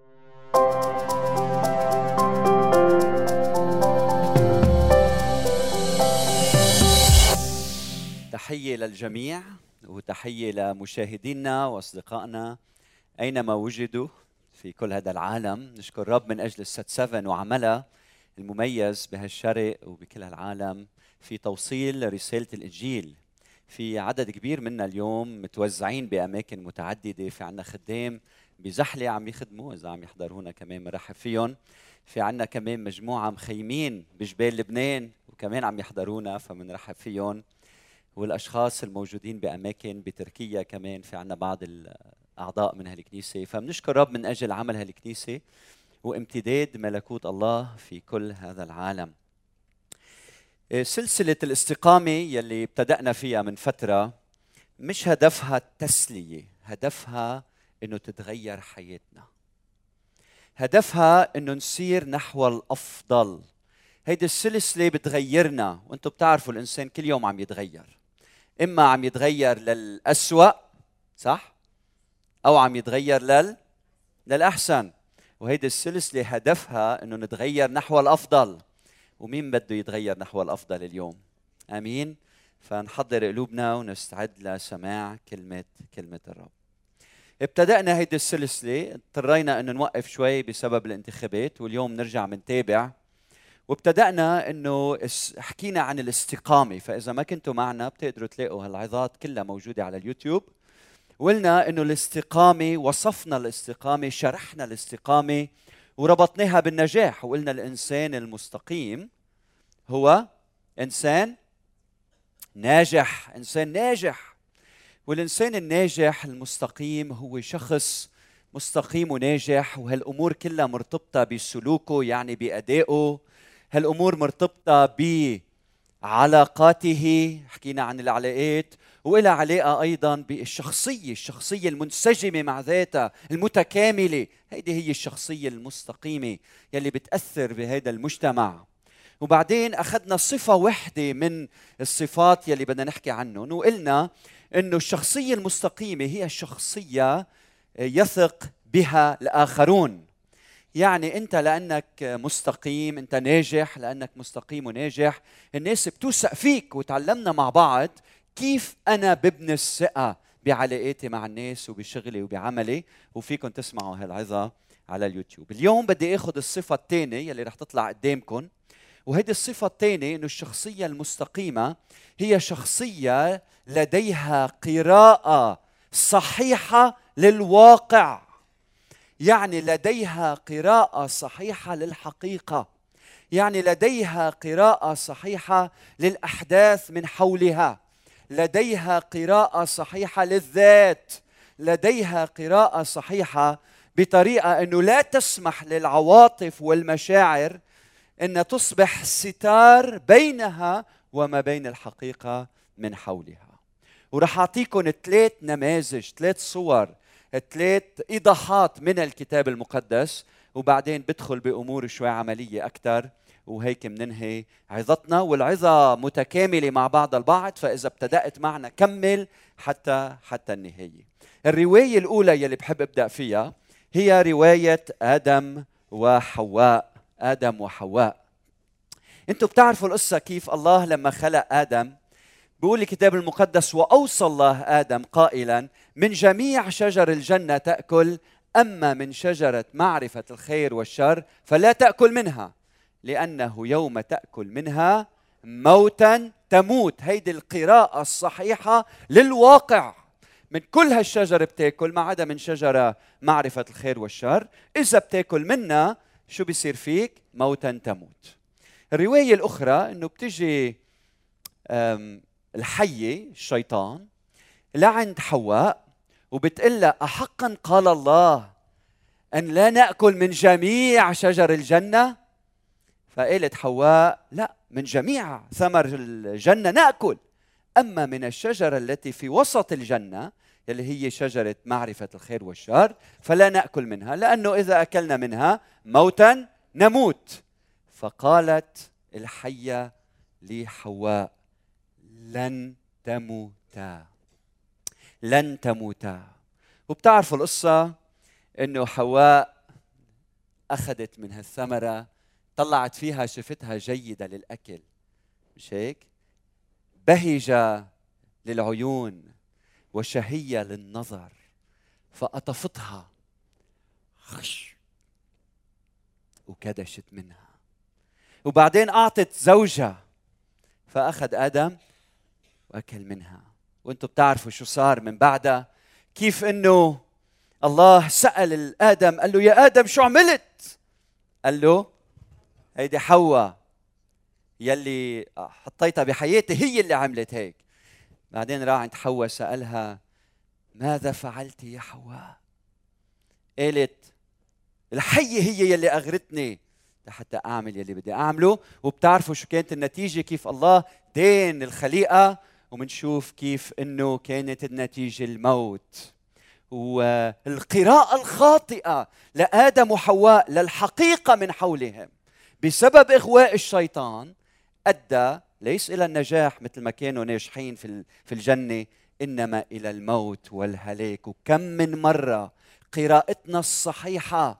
تحية للجميع وتحية لمشاهدينا وأصدقائنا أينما وجدوا في كل هذا العالم. نشكر رب من أجل الست 7 وعملها المميز بهالشرق وبكل هالعالم في توصيل رسالة الإنجيل. في عدد كبير منا اليوم متوزعين بأماكن متعددة، في عنا خدام بزحلة عم يخدموا، إذا عم يحضرونا كمان مرحب فيهم. في عنا كمان مجموعة مخيمين بجبال لبنان وكمان عم يحضرونا فمنرحب فيهم. والاشخاص الموجودين باماكن بتركيا كمان في عنا بعض الاعضاء من هالكنيسه، فبنشكر رب من اجل عمل هالكنيسه وامتداد ملكوت الله في كل هذا العالم. سلسله الاستقامه يلي ابتدأنا فيها من فتره مش هدفها التسليه، هدفها انه تتغير حياتنا، هدفها انه نسير نحو الافضل. هيدي السلسله بتغيرنا، وانتم بتعرفوا الانسان كل يوم عم يتغير، إما عم يتغير للأسوأ صح؟ أو عم يتغير للأحسن. وهيدي السلسلة هدفها إنه نتغير نحو الأفضل. ومين بده يتغير نحو الأفضل اليوم؟ آمين. فنحضر قلوبنا ونستعد لسماع كلمة الرب. ابتدأنا هيدي السلسلة، اضطرينا إنه نوقف شوي بسبب الانتخابات، واليوم نرجع منتابع. وابتدأنا انه حكينا عن الاستقامة، فإذا ما كنتوا معنا بتقدروا تلاقوا هالعظات كلها موجودة على اليوتيوب. وقلنا انه الاستقامة، وصفنا الاستقامة، شرحنا الاستقامة وربطناها بالنجاح، وقلنا الإنسان المستقيم هو إنسان ناجح، إنسان ناجح. والإنسان الناجح المستقيم هو شخص مستقيم وناجح، وهالأمور كلها مرتبطة بسلوكه، يعني بأدائه. هالأمور مرتبطة بعلاقاته، حكينا عن العلاقات، وإلها علاقة أيضاً الشخصية المنسجمة مع ذاتها المتكاملة. هيدي هي الشخصية المستقيمة يلي بتأثر بهذا المجتمع. وبعدين أخذنا صفة واحدة من الصفات يلي بدنا نحكي عنهم، وقلنا إنه الشخصية المستقيمة هي الشخصية يثق بها الآخرون. يعني أنت لأنك مستقيم، أنت ناجح لأنك مستقيم وناجح، الناس بتوثق فيك. وتعلمنا مع بعض كيف أنا ببني الثقة بعلاقاتي مع الناس وبشغلي وبعملي، وفيكم تسمعوا هالعظة على اليوتيوب. اليوم بدي أخذ الصفة الثانية يلي رح تطلع قدامكم، وهذه الصفة الثانية إنه الشخصية المستقيمة هي شخصية لديها قراءة صحيحة للواقع. يعني لديها قراءة صحيحة للحقيقة، يعني لديها قراءة صحيحة للأحداث من حولها، لديها قراءة صحيحة للذات، لديها قراءة صحيحة بطريقة أنه لا تسمح للعواطف والمشاعر أن تصبح ستار بينها وما بين الحقيقة من حولها. ورح أعطيكم 3 نماذج، 3 صور، 3 إيضاحات من الكتاب المقدس، وبعدين بدخل بأمور شوي عملية أكثر، وهيك مننهي عظتنا. والعظة متكاملة مع بعض البعض، فإذا ابتدأت معنا كمل حتى النهاية. الرواية الأولى يلي بحب أبدأ فيها هي رواية آدم وحواء. آدم وحواء. أنتوا بتعرفوا القصة كيف الله لما خلق آدم بيقول الكتاب المقدس: وأوصى الله آدم قائلا من جميع شجر الجنة تأكل، أما من شجرة معرفة الخير والشر فلا تأكل منها، لأنه يوم تأكل منها موتا تموت. هيدي القراءة الصحيحة للواقع. من كل هالشجر بتاكل ما عدا من شجرة معرفة الخير والشر، إذا بتاكل منها شو بيصير فيك؟ موتا تموت. الرواية الأخرى إنه بتجي الحية الشيطان لعند حواء وبتقول لها: أحقا قال الله أن لا نأكل من جميع شجر الجنة؟ فقالت حواء: لا، من جميع ثمر الجنة نأكل، أما من الشجرة التي في وسط الجنة اللي هي شجرة معرفة الخير والشر فلا نأكل منها، لأنه إذا أكلنا منها موتا نموت. فقالت الحية لحواء: لن تموتا، لن تموتا. وبتعرفوا القصة إنه حواء أخذت من هالثمرة، طلعت فيها شفتها جيدة للأكل، مش هيك؟ بهجة للعيون وشهية للنظر، فأطفتها وكدشت منها. وبعدين أعطت زوجها، فأخذ آدم وأكل منها. وأنتم بتعرفوا شو صار من بعدها، كيف إنه الله سأل آدم، قال له يا آدم شو عملت؟ قال له هيدي حواء يلي حطيتها بحياتي هي اللي عملت هيك. بعدين راح عند حواء سألها ماذا فعلت يا حواء؟ قالت الحية هي يلي أغرتني لحتى أعمل يلي بدي أعمله. وبتعرفوا شو كانت النتيجة، كيف الله دين الخليقة، ومنشوف كيف إنه كانت النتيجة الموت. والقراءة الخاطئة لآدم وحواء للحقيقة من حولهم بسبب إغواء الشيطان أدى ليس إلى النجاح مثل ما كانوا ناجحين في الجنة، إنما إلى الموت والهلاك. وكم من مرة قراءتنا الصحيحة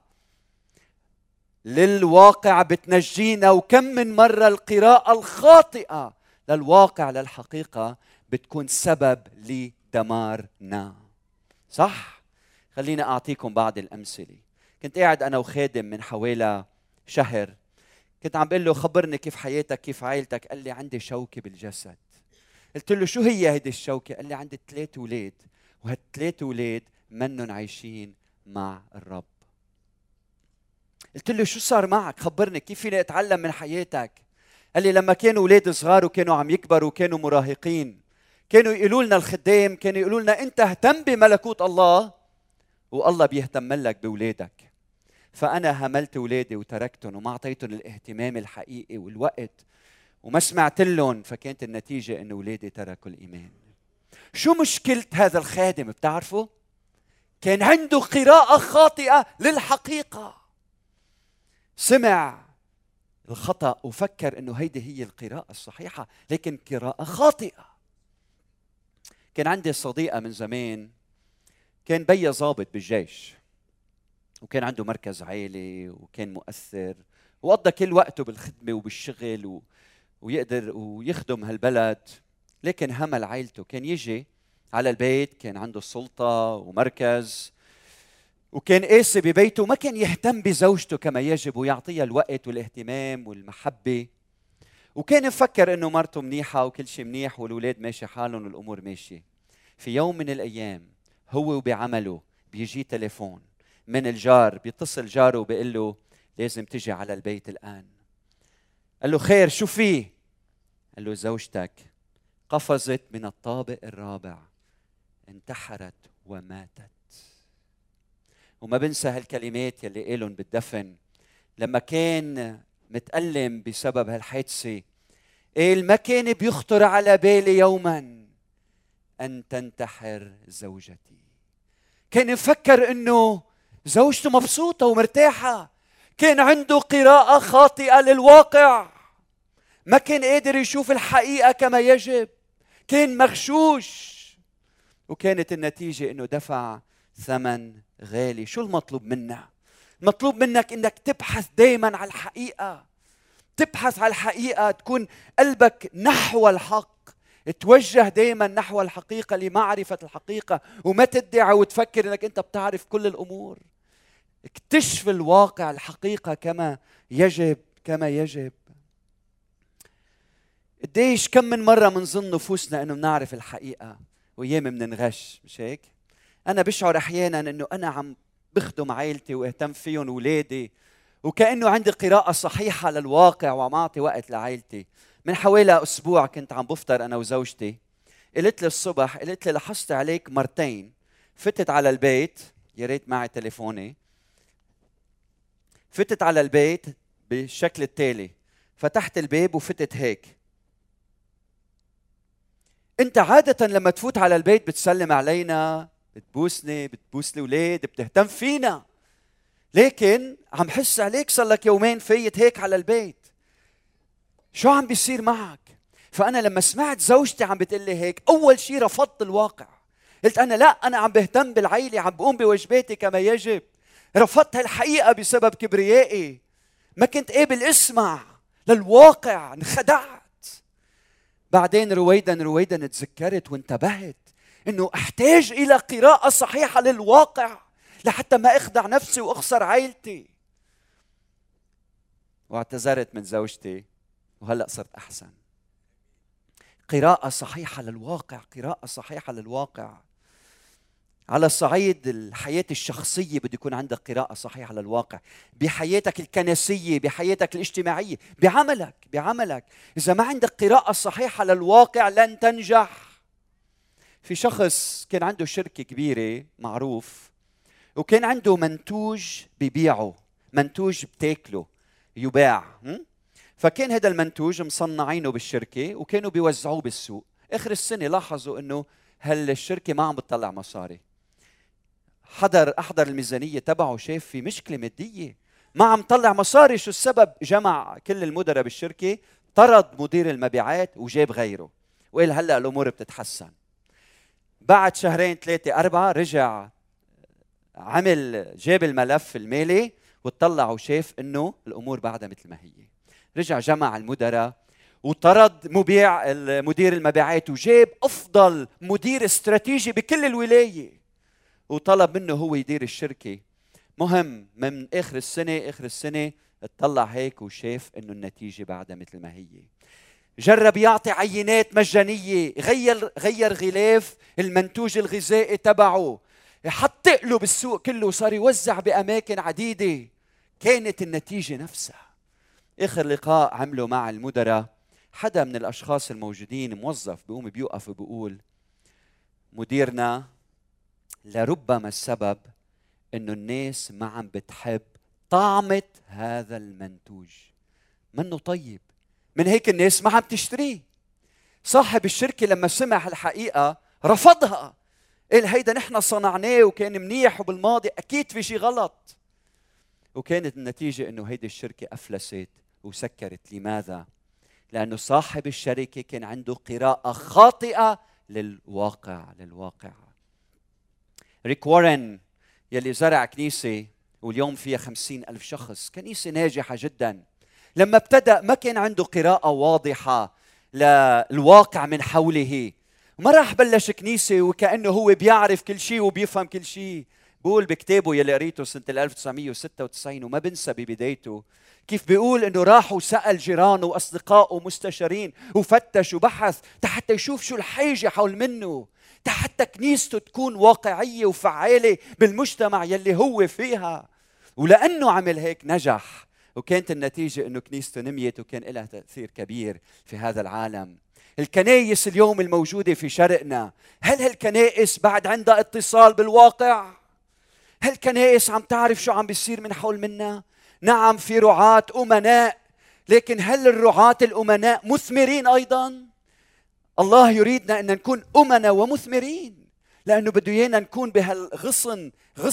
للواقع بتنجينا، وكم من مرة القراءة الخاطئة للواقع للحقيقة بتكون سبب لدمارنا. صح؟ خليني أعطيكم بعض الأمثلة. كنت قاعد أنا وخادم من حوالي شهر، كنت عم بقول له خبرني كيف حياتك كيف عائلتك. قال لي عندي شوكة بالجسد. قلت له شو هي هيدي الشوكة؟ قال لي عندي 3 أولاد، وهال3 أولاد منن عايشين مع الرب. قلت له شو صار معك؟ خبرني كيف فيني أتعلم من حياتك. قال لي لما كانوا أولاد صغار وكانوا عم يكبروا وكانوا مراهقين، كانوا يقولوا لنا الخدام، كانوا يقولوا لنا أنت اهتم بملكوت الله والله بيهتم لك بأولادك. فأنا هملت أولادي وتركتهم وما أعطيتهم الاهتمام الحقيقي والوقت وما سمعت لهم، فكانت النتيجة إن أولادي تركوا الإيمان. شو مشكلة هذا الخادم بتعرفوا؟ كان عنده قراءة خاطئة للحقيقة. سمع الخطأ وفكر إنه هيدي هي القراءة الصحيحة، لكن قراءة خاطئة. كان عندي صديقة من زمان، كان بيا ضابط بالجيش، وكان عنده مركز عائلي وكان مؤثر وقضى كل وقته بالخدمة وبالشغل ويقدر ويخدم هالبلد، لكن همل عائلته. كان يجي على البيت، كان عنده سلطة ومركز وكان قاسي ببيته، وما كان يهتم بزوجته كما يجب ويعطيها الوقت والاهتمام والمحبة. وكان يفكر انه مرته منيحة وكل شيء منيح والأولاد ماشي حالهم والأمور ماشية. في يوم من الأيام هو وبعمله بيجي تليفون من الجار، بيتصل جاره وبيقول له لازم تجي على البيت الآن. قال له خير شو فيه؟ قال له زوجتك قفزت من الطابق الرابع، انتحرت وماتت. وما بنسى هالكلمات يلي قالن بالدفن لما كان متألم بسبب هالحادثة. قال ما كان بيخطر على بالي يوما أن تنتحر زوجتي. كان يفكر إنه زوجته مبسوطة ومرتاحة. كان عنده قراءة خاطئة للواقع، ما كان قادر يشوف الحقيقة كما يجب، كان مغشوش، وكانت النتيجة إنه دفع ثمن غالي. شو المطلوب منا؟ المطلوب منك إنك تبحث دايما على الحقيقة، تبحث على الحقيقة، تكون قلبك نحو الحق، توجه دايما نحو الحقيقة لمعرفة الحقيقة، وما تدعي وتفكر إنك أنت بتعرف كل الأمور. اكتشف الواقع، الحقيقة كما يجب كما يجب. قديش كم من مرة منظن نفوسنا إنه بنعرف الحقيقة وأيام مننغش، مش هيك؟ أنا بشعر أحياناً إنه أنا عم بخدم عائلتي واهتم فيهم وولادي وكأنه عندي قراءة صحيحة للواقع وعم أعطي وقت لعائلتي. من حوالي أسبوع كنت عم بفطر أنا وزوجتي، قلت لي الصبح، قلت لي لاحظت عليك مرتين فتت على البيت، يا ريت معي تليفوني، فتت على البيت بالشكل التالي، فتحت الباب وفتت هيك. أنت عادة لما تفوت على البيت بتسلم علينا، بتبوسني، بتبوس الأولاد، بتهتم فينا، لكن عم حس عليك صار لك يومين فايت هيك على البيت. شو عم بيصير معك؟ فأنا لما سمعت زوجتي عم بتقلي هيك، أول شيء رفضت الواقع. قلت أنا لا، أنا عم بهتم بالعيلة، عم بقوم بواجباتي كما يجب. رفضت هالحقيقة بسبب كبريائي، ما كنت قابل اسمع للواقع، انخدعت. بعدين رويدا تذكرت وانتبهت انه احتاج الى قراءة صحيحة للواقع لحتى ما اخدع نفسي واخسر عائلتي. واعتذرت من زوجتي وهلأ صرت احسن. قراءة صحيحة للواقع، قراءة صحيحة للواقع. على الصعيد الحياة الشخصية بده يكون عندك قراءة صحيحة للواقع، بحياتك الكنسية، بحياتك الاجتماعية، بعملك. إذا ما عندك قراءة صحيحة للواقع لن تنجح. في شخص كان عنده شركة كبيرة معروف، وكان عنده منتوج بيبيعه، منتوج بتاكله يباع. فكان هذا المنتوج مصنعينه بالشركة وكانوا بيوزعوه بالسوق. آخر السنة لاحظوا إنه هالشركة ما عم بتطلع مصاري. أحضر الميزانية تبعه، شاف في مشكلة مادية، ما عم طلع مصاري. شو السبب؟ جمع كل المدراء بالشركة، طرد مدير المبيعات وجاب غيره، وقال هلأ الأمور بتتحسن. بعد شهرين 3 4 رجع جاب الملف المالي وطلع وشاف إنه الأمور بعدها مثل ما هي. رجع جمع المدراء وطرد مدير المبيعات وجاب أفضل مدير استراتيجي بكل الولاية وطلب منه هو يدير الشركة. مهم من آخر السنة اطلع هيك وشاف إنه النتيجة بعدها مثل ما هي. جرب يعطي عينات مجانية، غير غلاف المنتوج الغذائي تبعه، حط له بالسوق كله وصار يوزع بأماكن عديدة. كانت النتيجة نفسها. آخر لقاء عمله مع المدراء، حدا من الأشخاص الموجودين موظف بيقوم بيوقف وبيقول مديرنا لربما السبب إنه الناس ما عم بتحب طعمة هذا المنتوج، منه طيب، من هيك الناس ما عم تشتريه. صاحب الشركة لما سمع الحقيقة رفضها، قال هيدا نحن صنعناه وكان منيح وبالماضي أكيد في شيء غلط. وكانت النتيجة إنه هيدي الشركة أفلست وسكرت. لماذا؟ لأنه صاحب الشركة كان عنده قراءة خاطئة للواقع. ريك وارن يلي زرع كنيسة واليوم فيها 50,000 شخص، كنيسة ناجحة جدا، لما ابتدأ ما كان عنده قراءة واضحة للواقع من حوله. ما راح بلش كنيسة وكأنه هو بيعرف كل شيء وبيفهم كل شيء. بقول بكتابه يلي قريته سنة 1996 وما بنسى ببدايته كيف بيقول انه راح وسأل جيرانه واصدقائه ومستشارين وفتش وبحث حتى يشوف شو الحاجة حول منه، حتى كنيسته تكون واقعية وفعالة بالمجتمع يلي هو فيها. ولأنه عمل هيك نجح، وكانت النتيجة انه كنيسته نميت وكان لها تأثير كبير في هذا العالم. الكنائس اليوم الموجودة في شرقنا، هل هالكنائس بعد عندها اتصال بالواقع؟ هل الكنائس عم تعرف شو عم بيصير من حول منا؟ نعم في رعاة أمناء، لكن هل الرعاة الأمناء مثمرين أيضا؟ الله يريدنا أن نكون أمنا ومثمرين، لأنه بده إيانا نكون بهالغصن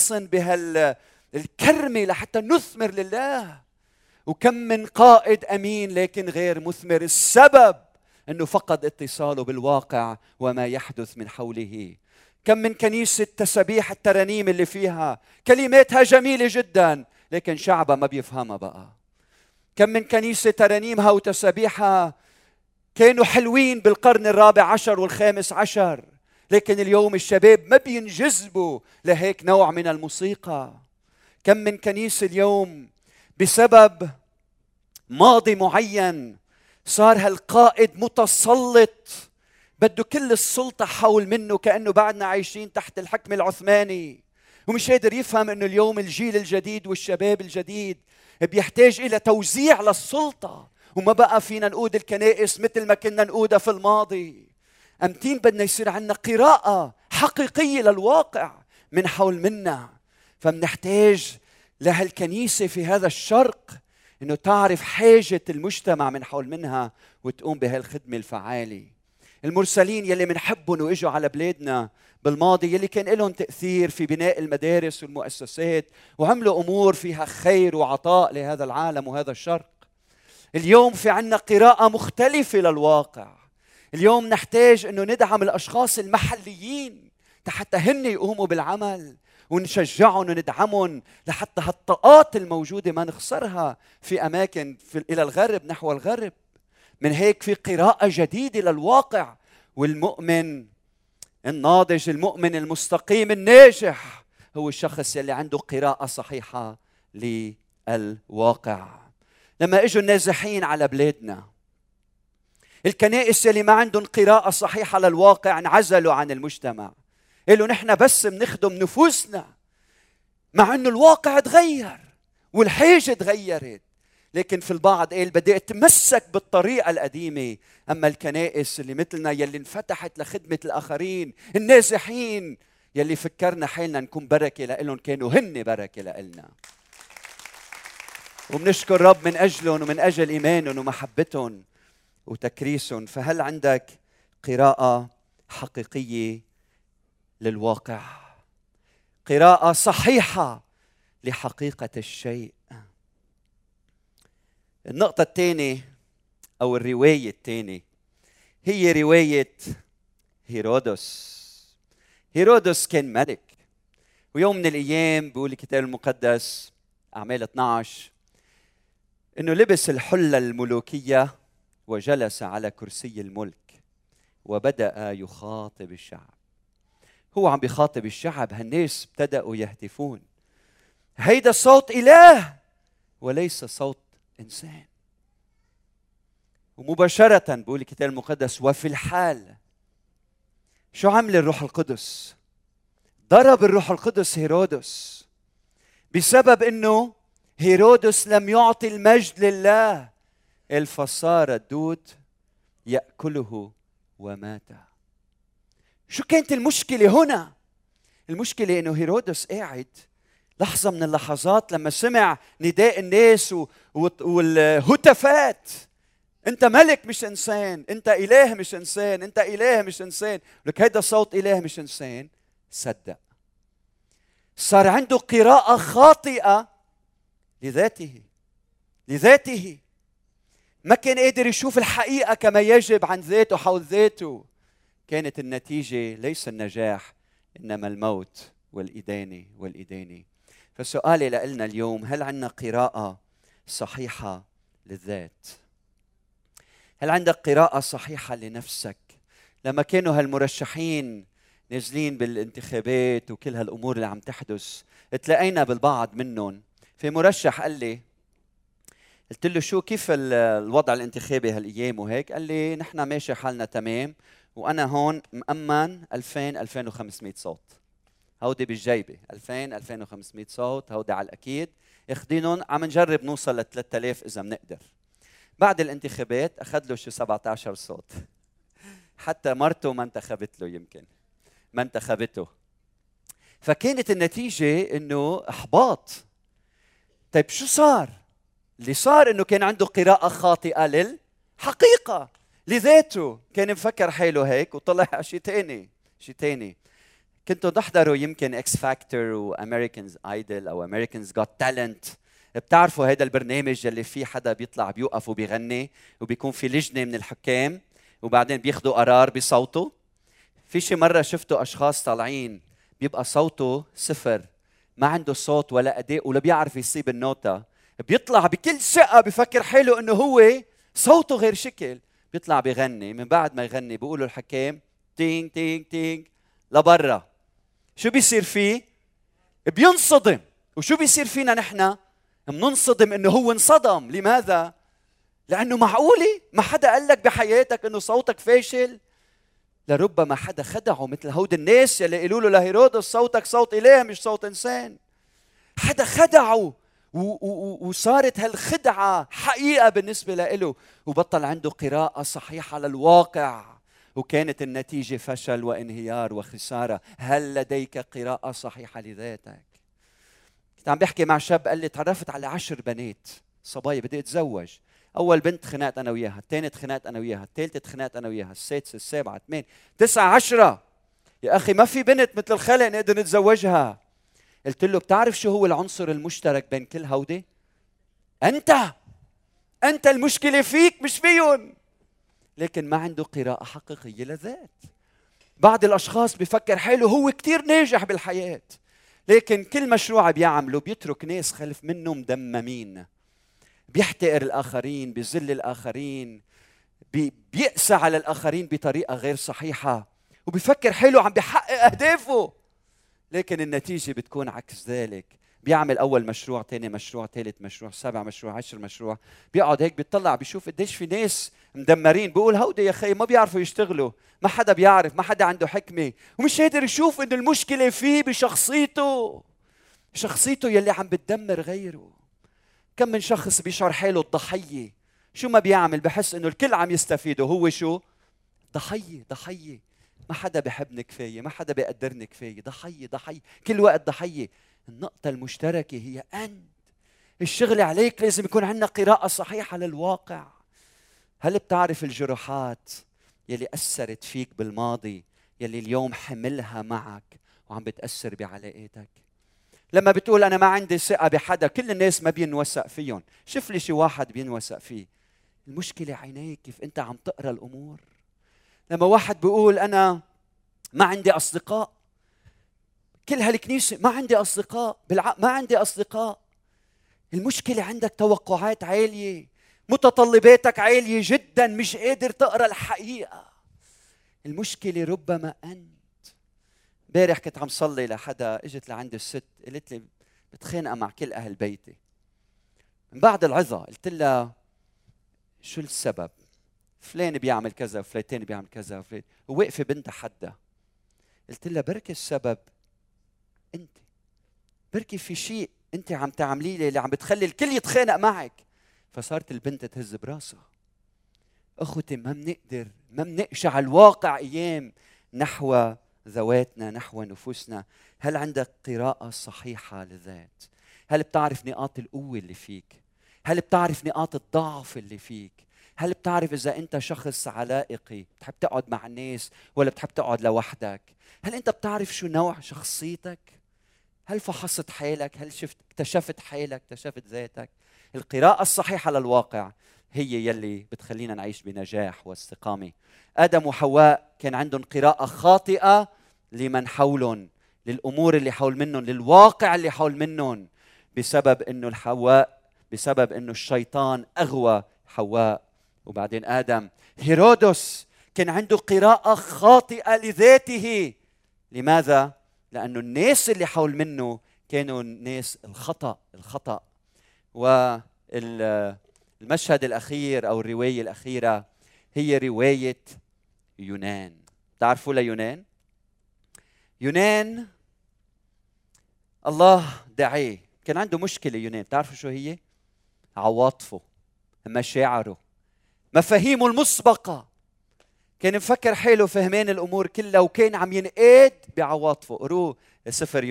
بهالكرمة لحتى نثمر لله. وكم من قائد أمين لكن غير مثمر، السبب أنه فقد اتصاله بالواقع وما يحدث من حوله. كم من كنيسة تسابيح الترانيم اللي فيها كلماتها جميلة جدا لكن شعبها ما بيفهمها بقى. كم من كنيسة ترانيمها وتسابيحها كانوا حلوين بالقرن الرابع عشر والخامس عشر، لكن اليوم الشباب ما بينجذبوا لهيك نوع من الموسيقى. كم من كنيسة اليوم بسبب ماضي معين صار هالقائد متسلط، بده كل السلطة حول منه، كأنه بعدنا عايشين تحت الحكم العثماني، ومش قادر يفهم أنه اليوم الجيل الجديد والشباب الجديد بيحتاج إلى توزيع للسلطة، وما بقى فينا نقود الكنائس مثل ما كنا نقودها في الماضي. أمتين بدنا يصير عنا قراءة حقيقية للواقع من حول منا. فمنحتاج لهالكنيسة في هذا الشرق إنه تعرف حاجة المجتمع من حول منها وتقوم بهالخدمة الفعالة. المرسلين يلي منحبهم وإجوا على بلادنا بالماضي، يلي كان لهم تأثير في بناء المدارس والمؤسسات وعملوا أمور فيها خير وعطاء لهذا العالم وهذا الشرق. اليوم في عنا قراءة مختلفة للواقع. اليوم نحتاج أنه ندعم الأشخاص المحليين حتى هن يقوموا بالعمل ونشجعهم وندعمهم لحتى هالطاقات الموجودة ما نخسرها في أماكن إلى الغرب، نحو الغرب. من هيك في قراءة جديدة للواقع، والمؤمن الناضج، المؤمن المستقيم الناجح هو الشخص يلي عنده قراءة صحيحة للواقع. لما اجوا النازحين على بلادنا، الكنائس يلي ما عندهم قراءة صحيحة للواقع انعزلوا عن المجتمع، قالوا نحن بس بنخدم نفوسنا، مع انه الواقع تغير والحاجة تغيرت. لكن في البعض قال بدي اتمسك بالطريقة القديمة. اما الكنائس اللي مثلنا يلي انفتحت لخدمة الاخرين، النازحين يلي فكرنا حالنا نكون بركة لهم، كانوا هن بركة لنا، وبنشكر رب من اجلهم ومن اجل ايمانهم ومحبتهم وتكريسهم. فهل عندك قراءة حقيقية للواقع؟ قراءة صحيحة لحقيقة الشيء. النقطة الثانية أو الرواية الثانية هي رواية هيرودس. هيرودس كان ملك، ويوم من الأيام بيقول الكتاب المقدس أعمال 12 إنه لبس الحلة الملوكية وجلس على كرسي الملك وبدأ يخاطب الشعب. هو عم بيخاطب الشعب، هالناس ابتدأوا يهتفون هيدا صوت إله وليس صوت إنسان. ومباشرة بيقول الكتاب المقدس وفي الحال شو عمل الروح القدس؟ ضرب الروح القدس هيرودس بسبب انه هيرودس لم يعطي المجد لله، فصار الدود يأكله ومات. شو كانت المشكلة هنا؟ المشكلة انه هيرودس قاعد لحظة من اللحظات لما سمع نداء الناس والهتافات، انت ملك مش انسان، انت اله مش انسان، انت اله مش انسان، لك هيدا صوت اله مش انسان. صدق، صار عنده قراءة خاطئة لذاته. ما كان قادر يشوف الحقيقة كما يجب عن ذاته حول ذاته. كانت النتيجة ليس النجاح إنما الموت والإدانة. فسؤالي لنا اليوم، هل عندنا قراءة صحيحة للذات؟ هل عندك قراءة صحيحة لنفسك؟ لما كانوا هالمرشحين نازلين بالانتخابات وكل هالأمور اللي عم تحدث، تلاقينا بالبعض منهم. في مرشح قال لي، قلت له شو كيف الوضع الانتخابي هالأيام وهيك؟ قال لي نحن ماشي حالنا تمام، وأنا هون مأمن 2000-2500 صوت، هودي بالجيبة 2000-2500 صوت، هودي على الأكيد اخدينهم، عم نجرب نوصل ل 3000 إذا بنقدر. بعد الانتخابات أخذ له شو 17 صوت، حتى مرته ما انتخبت له، يمكن ما انتخبته. فكانت النتيجة إنه إحباط. طيب شو صار؟ اللي صار إنه كان عنده قراءة خاطئة للحقيقة لذاته، كان مفكر حاله هيك وطلع شيء تاني. كنتوا تحضروا يمكن اكس فاكتور وامريكانز ايدل او امريكانز جوت تالنت. بتعرفوا هذا البرنامج اللي فيه حدا بيطلع بيوقف وبيغني وبيكون في لجنة من الحكام وبعدين بياخدوا قرار بصوته؟ في شي مرة شفتوا أشخاص طالعين بيبقى صوته صفر، ما عنده صوت ولا أداء ولا بيعرف يصيب النوتة، بيطلع بكل ثقة بفكر حاله إنه هو صوته غير شكل، بيطلع بيغني. من بعد ما يغني بيقولوا الحكام تينج تينج تينج لبرا. شو بيصير فيه؟ بينصدم. وشو بيصير فينا نحن؟ مننصدم إنه هو انصدم. لماذا؟ لأنه معقولة ما حدا قال لك بحياتك إنه صوتك فاشل؟ لربما حدا خدعه، مثل هود الناس يلي قالوا له لهيرودس صوتك صوت إله مش صوت إنسان. حدا خدعه وصارت هالخدعة حقيقة بالنسبة له، وبطل عنده قراءة صحيحة للواقع، وكانت النتيجة فشل وانهيار وخسارة. هل لديك قراءة صحيحة لذاتك؟ كنت عم بحكي مع شاب قال لي تعرفت على 10 بنات صبايا بدي اتزوج. أول بنت خنقت أنا وياها، الثانية خنقت أنا وياها، الثالثة خنقت أنا وياها، السادسة، السابعة، 8، 9، 10. يا أخي ما في بنت مثل الخلق نقدر نتزوجها. قلت له بتعرف شو هو العنصر المشترك بين كل هودي؟ أنت المشكلة فيك مش فيهم. لكن ما عنده قراءة حقيقية للذات. بعض الأشخاص بيفكر حاله هو كتير ناجح بالحياة، لكن كل مشروع بيعمله بيترك ناس خلف منه مدممين، بيحتقر الآخرين، بيذل الآخرين، بيقسى على الآخرين بطريقة غير صحيحة، وبيفكر حلو عم بيحقق أهدافه، لكن النتيجة بتكون عكس ذلك. بيعمل أول مشروع، تاني مشروع، ثالث مشروع، 7 مشروع، 10 مشروع، بيقعد هيك بيطلع بيشوف قديش في ناس مدمرين، بيقول هودي يا أخي ما بيعرفوا يشتغلوا، ما حدا بيعرف، ما حدا عنده حكمة، ومش قادر يشوف إنه المشكلة فيه بشخصيته، شخصيته يلي عم بتدمر غيره. كم من شخص بيشعر حاله الضحية، شو ما بيعمل بحس إنه الكل عم يستفيده، هو شو؟ ضحية. ضحية، ما حدا بحبني كفاية، ما حدا بيقدرني كفاية، ضحية ضحية، كل وقت ضحية. النقطة المشتركة هي أنت. الشغل عليك لازم يكون عندنا قراءة صحيحة للواقع. هل بتعرف الجروحات يلي أثرت فيك بالماضي، يلي اليوم حملها معك وعم بتأثر بعلاقاتك؟ لما بتقول أنا ما عندي ثقة بحدا، كل الناس ما بينوثق فيهم، شوف لي شي واحد بينوثق فيه. المشكلة عينيك كيف أنت عم تقرأ الأمور. لما واحد بيقول أنا ما عندي أصدقاء، كل هالكنيسة ما عندي أصدقاء، ما عندي أصدقاء. المشكلة عندك توقعات عالية، متطلباتك عالية جدا، مش قادر تقرأ الحقيقة. المشكلة ربما أنت. امبارح كنت عم صلي لحدا، اجت لعند الست قالت لي بتخانق مع كل أهل بيتي. من بعد العظة قلت لها شو السبب؟ فلان بيعمل كذا وفلان بيعمل كذا وفلان، ووقفة بنت حدا. قلت لها بركي السبب انت، بركي في شيء انت عم تعمليه لي اللي عم بتخلي الكل يتخانق معك. فصارت البنت تهز براسها. اخوتي ما بنقشع الواقع ايام نحو ذواتنا، نحو نفوسنا. هل عندك قراءة صحيحة للذات؟ هل بتعرف نقاط القوة اللي فيك؟ هل بتعرف نقاط الضعف اللي فيك؟ هل بتعرف إذا أنت شخص علائقي بتحب تقعد مع الناس ولا بتحب تقعد لوحدك؟ هل أنت بتعرف شو نوع شخصيتك؟ هل فحصت حالك؟ هل اكتشفت حالك؟ اكتشفت ذاتك؟ القراءة الصحيحة للواقع هي يلي بتخلينا نعيش بنجاح واستقامة. آدم وحواء كان عندهم قراءة خاطئة لمن حولهم، للأمور اللي حول منهم، للواقع اللي حول منهم، بسبب إنه الشيطان أغوى حواء. وبعدين آدم. هيرودس كان عنده قراءة خاطئة لذاته. لماذا؟ لأنه الناس اللي حول منه كانوا ناس الخطأ. والمشهد الأخير أو الرواية الأخيرة هي رواية يونان. تعرفوا ليونان؟ يونان الله دعاه، كان عنده مشكلة يونان. تعرفوا شو هي؟ عواطفه، مشاعره، مفاهيمه المسبقة. كان مفكر حاله فهمان الأمور كلها، وكان عم ينقاد بعواطفه. قروه سفر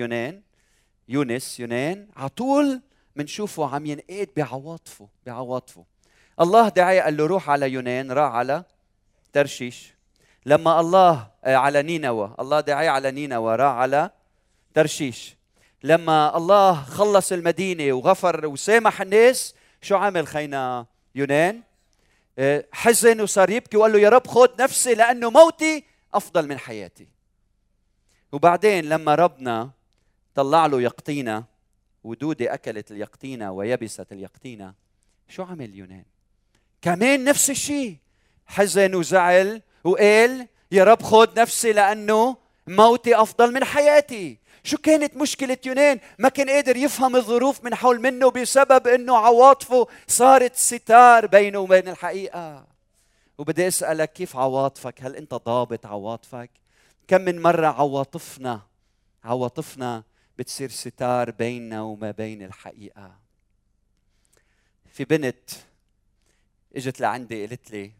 يونان على طول منشوفه عم ينقاد بعواطفه. الله دعاه قال له روح على يونان، راح على ترشيش. لما الله على نينوى، الله دعاه على نينوى، راح على ترشيش. لما الله خلص المدينة وغفر وسامح الناس، شو عمل خينا يونان؟ حزن وصار يبكي وقال له يا رب خذ نفسي لأنه موتي أفضل من حياتي. وبعدين لما ربنا طلع له يقطينة، ودودة أكلت اليقطينة ويبست اليقطينة، شو عمل يونان؟ كمان نفس الشيء، حزن وزعل وقال يا رب خذ نفسي لأنه موتي أفضل من حياتي. شو كانت مشكلة يونان؟ ما كان قادر يفهم الظروف من حول منه بسبب أنه عواطفه صارت ستار بينه وبين الحقيقة. وبدي أسألك كيف عواطفك؟ هل أنت ضابط عواطفك؟ كم من مرة عواطفنا بتصير ستار بيننا وما بين الحقيقة. في بنت اجت لعندي قالت لي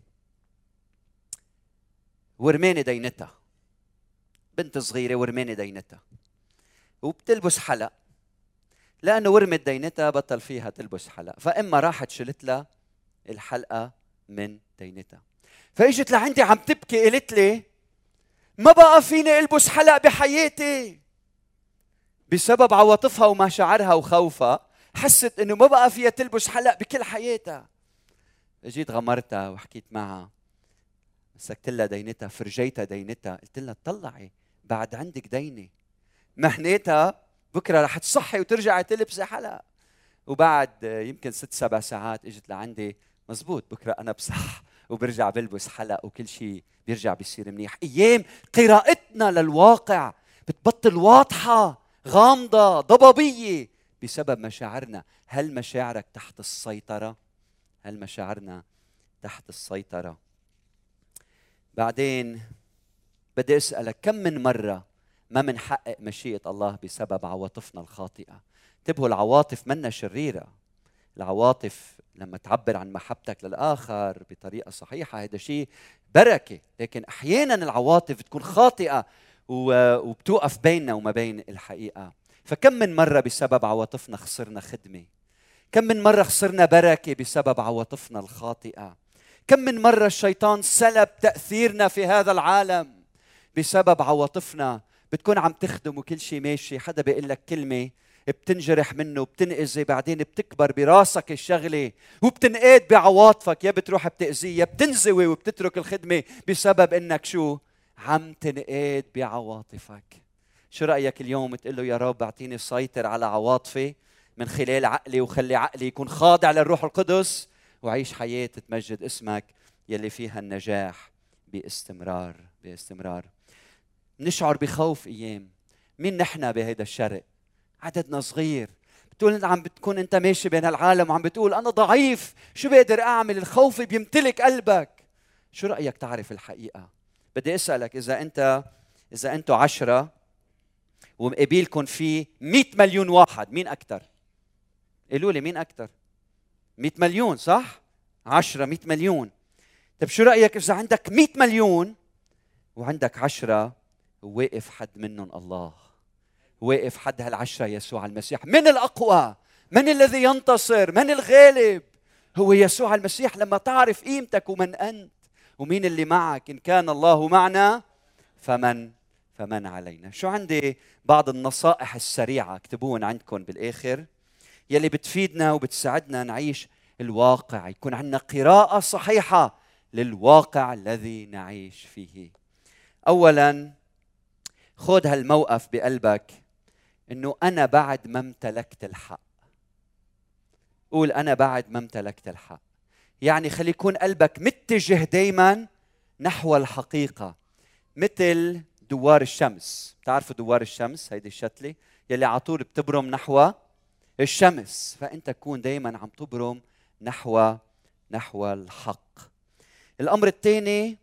ورماني دينتها، بنت صغيرة ورماني دينتها وبتلبس حلق، لأنه ورمت دينتها بطل فيها تلبس حلق، فإما راحت شلت لها الحلقة من دينتها. فاجت لعندي عم تبكي قالت لي ما بقى فيني البس حلق بحياتي. بسبب عواطفها ومشاعرها وخوفها حست انه ما بقى فيها تلبس حلق بكل حياتها. اجيت غمرتها وحكيت معها، مسكت لها دينتها، فرجيتها دينتها، قلت لها طلعي بعد عندك دينه. مهنتها بكره رح تصحي وترجعي تلبسي حلق. وبعد يمكن 6-7 ساعات اجت لعندي، مزبوط بكره انا بصح وبرجع بلبس حلق وكل شيء بيرجع بيصير منيح. ايام قراءتنا للواقع بتبطل واضحه، غامضه، ضبابيه بسبب مشاعرنا. هل مشاعرك تحت السيطره؟ هل مشاعرنا تحت السيطره؟ بعدين بدي اسالك، كم من مره ما منحقق مشيئه الله بسبب عواطفنا الخاطئه؟ انتبهوا، العواطف منا شريره. العواطف لما تعبر عن محبتك للآخر بطريقة صحيحة هذا شيء بركة، لكن أحيانا العواطف تكون خاطئة وبتوقف بيننا وما بين الحقيقة. فكم من مرة بسبب عواطفنا خسرنا خدمة؟ كم من مرة خسرنا بركة بسبب عواطفنا الخاطئة؟ كم من مرة الشيطان سلب تأثيرنا في هذا العالم بسبب عواطفنا؟ بتكون عم تخدم وكل شيء ماشي، حدا بيقول لك كلمة بتنجرح منه، بتنأذي، بعدين بتكبر براسك الشغله وبتنقاد بعواطفك، يا بتروح بتأذيه يا بتنزوي وبتترك الخدمه بسبب انك شو؟ عم تنقاد بعواطفك. شو رأيك اليوم تقول له يا رب اعطيني سيطر على عواطفي من خلال عقلي، وخلي عقلي يكون خاضع للروح القدس، وعيش حياة تمجد اسمك يلي فيها النجاح باستمرار باستمرار. نشعر بخوف ايام. مين نحن بهذا الشرق؟ عددنا صغير. بتقول عم بتكون انت ماشي بين العالم وعم بتقول انا ضعيف، شو بقدر اعمل؟ الخوف بيمتلك قلبك. شو رأيك تعرف الحقيقة؟ بدي اسألك، اذا انتوا 10 ومقابلكم في 100 مليون واحد، مين اكثر؟ قولوا لي مين اكثر؟ 100 مليون صح؟ 10 100 مليون. طيب شو رأيك اذا عندك 100 مليون وعندك 10 وواقف حد منهم الله؟ واقف حد هالعشرة يسوع المسيح. من الأقوى؟ من الذي ينتصر؟ من الغالب؟ هو يسوع المسيح. لما تعرف قيمتك ومن أنت ومين اللي معك، إن كان الله معنا فمن علينا. شو عندي بعض النصائح السريعة اكتبوهم عندكم بالآخر يلي بتفيدنا وبتساعدنا نعيش الواقع، يكون عندنا قراءة صحيحة للواقع الذي نعيش فيه. أولاً، خذ هالموقف بقلبك إنه أنا بعد ما امتلكت الحق. قول أنا بعد ما امتلكت الحق. يعني خلي يكون قلبك متجه دايما نحو الحقيقة، مثل دوار الشمس. بتعرفوا دوار الشمس؟ هيدي الشتلة يلي على طول بتبرم نحو الشمس. فأنت تكون دايما عم تبرم نحو الحق. الأمر الثاني،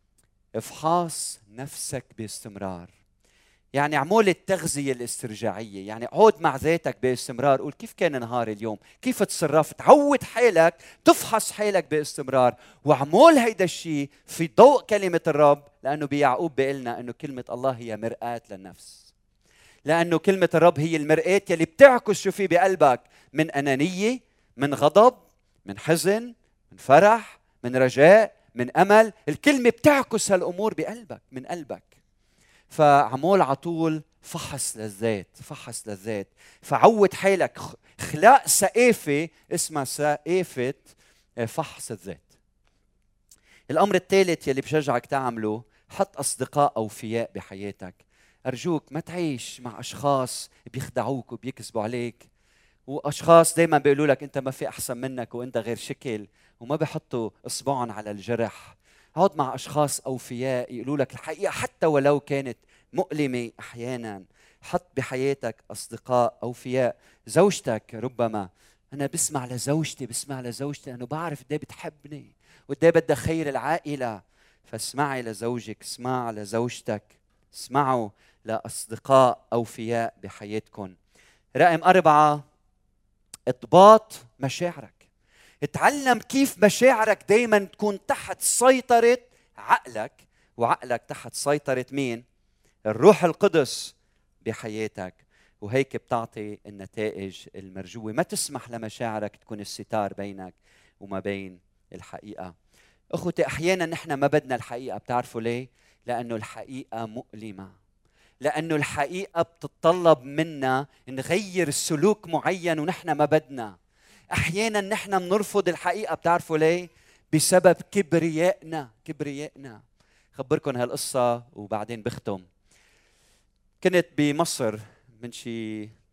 افحاص نفسك باستمرار. يعني اعمل التغذية الاسترجاعية، يعني عود مع ذاتك باستمرار. قول كيف كان نهاري اليوم، كيف تصرفت. عود حالك تفحص حالك باستمرار، واعمل هيدا الشيء في ضوء كلمة الرب، لأنه بيعقوب بيقلنا أنه كلمة الله هي مرآة للنفس. لأنه كلمة الرب هي المرآة يلي بتعكس شو في بقلبك من أنانية، من غضب، من حزن، من فرح، من رجاء، من أمل. الكلمة بتعكس هالأمور بقلبك من قلبك. فعمول عطول فحص للذات، فحص للذات. فعود حالك، خلق سقافة اسمها سقافة فحص الذات. الأمر الثالث يلي بشجعك تعمله، حط أصدقاء أوفياء بحياتك. أرجوك ما تعيش مع أشخاص بيخدعوك وبيكذبوا عليك، وأشخاص دايما بيقولوا لك أنت ما في أحسن منك وأنت غير شكل، وما بيحطوا إصبعهم على الجرح. اقعد مع أشخاص أوفياء يقولوا لك الحقيقة حتى ولو كانت مؤلمة أحيانا. حط بحياتك أصدقاء أوفياء. زوجتك، ربما أنا بسمع لزوجتي لأنه بعرف قد ايه بتحبني وقد ايه بدها خير العائلة. فاسمعي لزوجك، اسمع لزوجتك، اسمعوا لأصدقاء أوفياء بحياتكم. رقم 4، اضباط مشاعرك. اتعلم كيف مشاعرك دايما تكون تحت سيطرة عقلك، وعقلك تحت سيطرة مين؟ الروح القدس بحياتك. وهيك بتعطي النتائج المرجوة. ما تسمح لمشاعرك تكون الستار بينك وما بين الحقيقة. أخوتي، أحيانا نحن ما بدنا الحقيقة. بتعرفوا ليه؟ لأنه الحقيقة مؤلمة، لأنه الحقيقة بتتطلب منا نغير سلوك معين ونحن ما بدنا. أحيانا نحن بنرفض الحقيقة. بتعرفوا ليه؟ بسبب كبريائنا. خبركم هالقصة وبعدين بختم. كنت بمصر من شي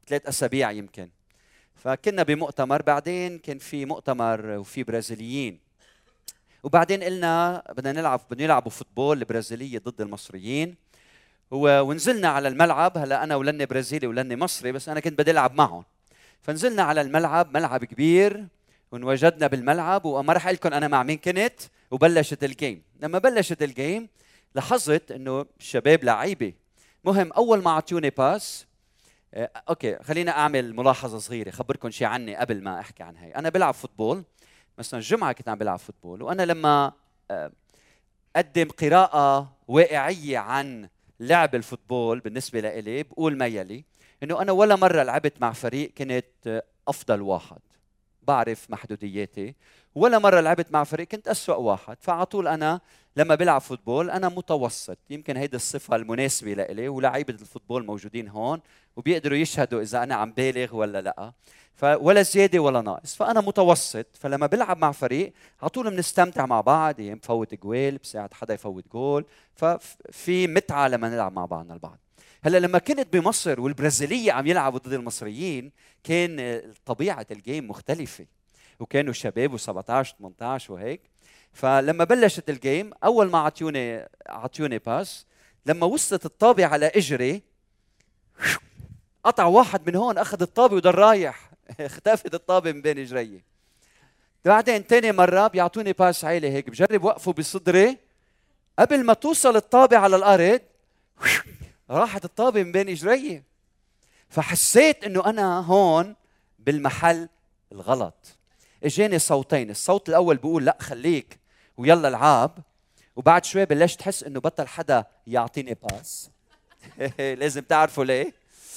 3 أسابيع يمكن. فكنا بمؤتمر، بعدين كان في مؤتمر وفي برازيليين، وبعدين قلنا بدنا يلعبوا فوتبول البرازيلية ضد المصريين، ونزلنا على الملعب. هلا أنا ولني برازيلي ولني مصري، بس أنا كنت بدي ألعب معهم. فنزلنا على الملعب، ملعب كبير، ونوجدنا بالملعب، وما راح أقول لكم أنا مع مين كنت. وبلشت الجيم. لما بلشت الجيم لاحظت إنه الشباب لعيبة. مهم أول ما أعطوني باس، اوكي خلينا اعمل ملاحظه صغيره، خبركم شيء عني قبل ما احكي عن هي. انا بلعب فوتبول، مثلا الجمعه كنت عم بلعب فوتبول، وانا لما اقدم قراءه واقعيه عن لعب الفوتبول بالنسبه لإلي بقول ما يلي: انه انا ولا مره لعبت مع فريق كنت افضل واحد، بعرف محدودياتي، ولا مره لعبت مع فريق كنت اسوأ واحد. فعلى طول انا لما بلعب فوتبول انا متوسط. يمكن هيدي الصفه المناسبه لإلي، ولاعيبه الفوتبول موجودين هون وبيقدروا يشهدوا اذا انا عم بالغ ولا لا، ولا زياده ولا ناقص. فانا متوسط. فلما بلعب مع فريق على طول بنستمتع مع بعض، يعني بفوت جوال، بساعد حدا يفوت جول، ففي متعه لما نلعب مع بعضنا البعض. هلا لما كنت بمصر والبرازيليه عم يلعبوا ضد المصريين، كان طبيعه الجيم مختلفه، وكانوا شباب و17 18 وهيك. فلما بلشت الجيم، اول ما عطيوني باس، لما وصلت الطابه على اجري، قطع واحد من هون، اخذ الطابه وضل رايح. اختفت الطابه من بين اجري. بعدين ثاني مره بيعطوني باس عالي هيك، بجرب وقفه بصدري، قبل ما توصل الطابه على الارض راحت الطابه من بين اجري. فحسيت انه انا هون بالمحل الغلط. اجاني صوتين، الصوت الاول بيقول لا خليك ويلا العاب، وبعد شوي بلشت تحس انه بطل حدا يعطيني باس. لازم تعرفوا ليه.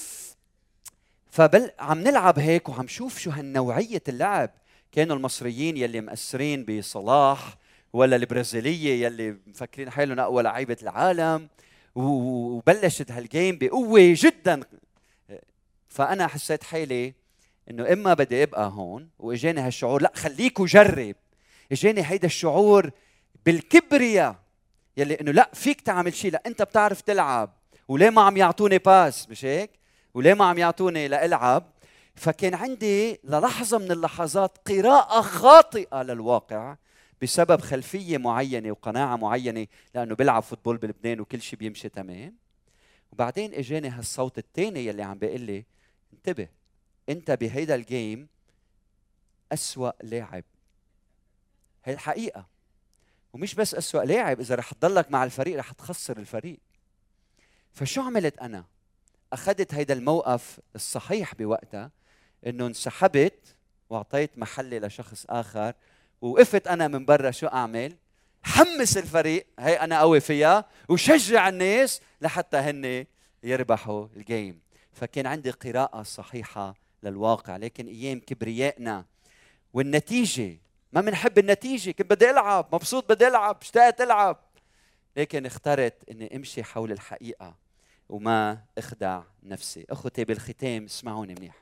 عم نلعب هيك وعم شوف شو هالنوعيه اللعب. كانوا المصريين يلي مأثرين بصلاح، ولا البرازيليه يلي مفكرين حالهم اقوى لعيبه العالم، وبلشت هالجيم بقوه جدا. فانا حسيت حالي انه اما بدي ابقى هون، واجاني هالشعور لا خليك وجرب. اجاني هيدا الشعور بالكبرياء يلي انه لا فيك تعمل شيء، لا انت بتعرف تلعب، وليه ما عم يعطوني باس، مش هيك؟ وليه ما عم يعطوني لألعب؟ فكان عندي للحظه من اللحظات قراءه خاطئه للواقع بسبب خلفيه معينه وقناعه معينه، لانه بلعب فوتبول بلبنان وكل شيء بيمشي تمام. وبعدين اجاني هالصوت الثاني يلي عم بيقول لي انتبه، انت بهيدا الجيم أسوأ لاعب. هي الحقيقة. ومش بس أسوأ لاعب، إذا رح تضلك مع الفريق رح تخسر الفريق. فشو عملت أنا؟ أخذت هيدا الموقف الصحيح بوقتها، إنه انسحبت وأعطيت محلي لشخص آخر، ووقفت أنا من برا. شو أعمل؟ حمس الفريق، هي أنا قوي فيها، وشجع الناس لحتى هن يربحوا الجيم. فكان عندي قراءة صحيحة للواقع. لكن أيام كبريائنا والنتيجة، ما بنحب النتيجة. كنت بدي ألعب مبسوط، بدي ألعب، اشتقت ألعب، لكن اخترت أني أمشي حول الحقيقة وما أخدع نفسي. أخوتي بالختام اسمعوني منيح.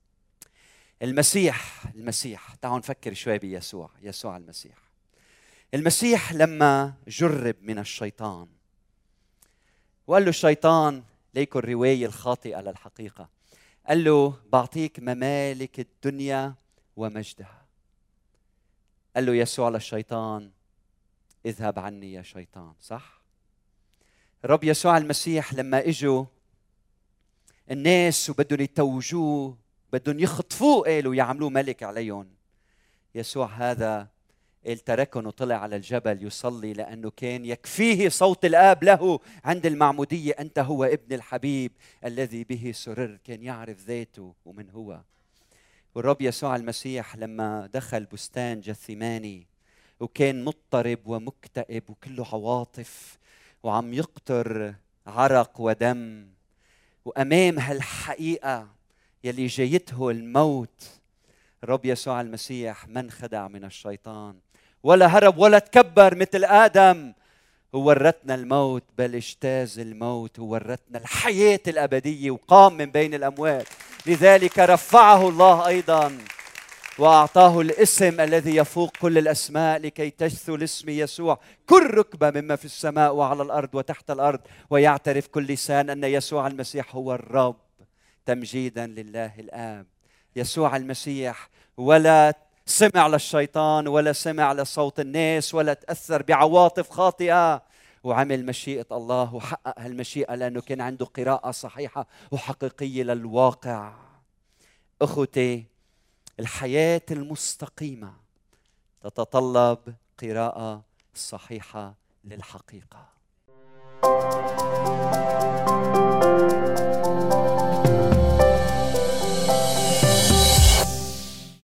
المسيح تعالوا نفكر شوي بيسوع. يسوع المسيح لما جرب من الشيطان، وقال له الشيطان ليكن الرواية الخاطئة للحقيقة، قال له بعطيك ممالك الدنيا ومجدها. قال له يسوع للشيطان اذهب عني يا شيطان، صح؟ الرب يسوع المسيح لما اجوا الناس وبدهم يتوجوه، بدهم يخطفوه، قالوا يعملوه ملك عليهم، يسوع هذا قال تركهم وطلع على الجبل يصلي، لأنه كان يكفيه صوت الآب له عند المعمودية: أنت هو ابن الحبيب الذي به سرر. كان يعرف ذاته ومن هو. والرب يسوع المسيح لما دخل بستان جثيماني وكان مضطرب ومكتئب وكله عواطف وعم يقطر عرق ودم، وأمام هالحقيقة يلي جايته الموت، الرب يسوع المسيح ما انخدع من الشيطان ولا هرب ولا تكبر مثل آدم وورثنا الموت، بل اجتاز الموت وورثنا الحياة الأبدية وقام من بين الأموات. لذلك رفعه الله أيضا وأعطاه الاسم الذي يفوق كل الأسماء، لكي تجثو الاسم يسوع كل ركبة مما في السماء وعلى الأرض وتحت الأرض، ويعترف كل لسان أن يسوع المسيح هو الرب. تمجيدا لله الآب. يسوع المسيح ولا سمع للشيطان ولا سمع لصوت الناس ولا تأثر بعواطف خاطئة، وعمل مشيئة الله وحقق هالمشيئة لأنه كان عنده قراءة صحيحة وحقيقية للواقع. أخوتي، الحياة المستقيمة تتطلب قراءة صحيحة للحقيقة.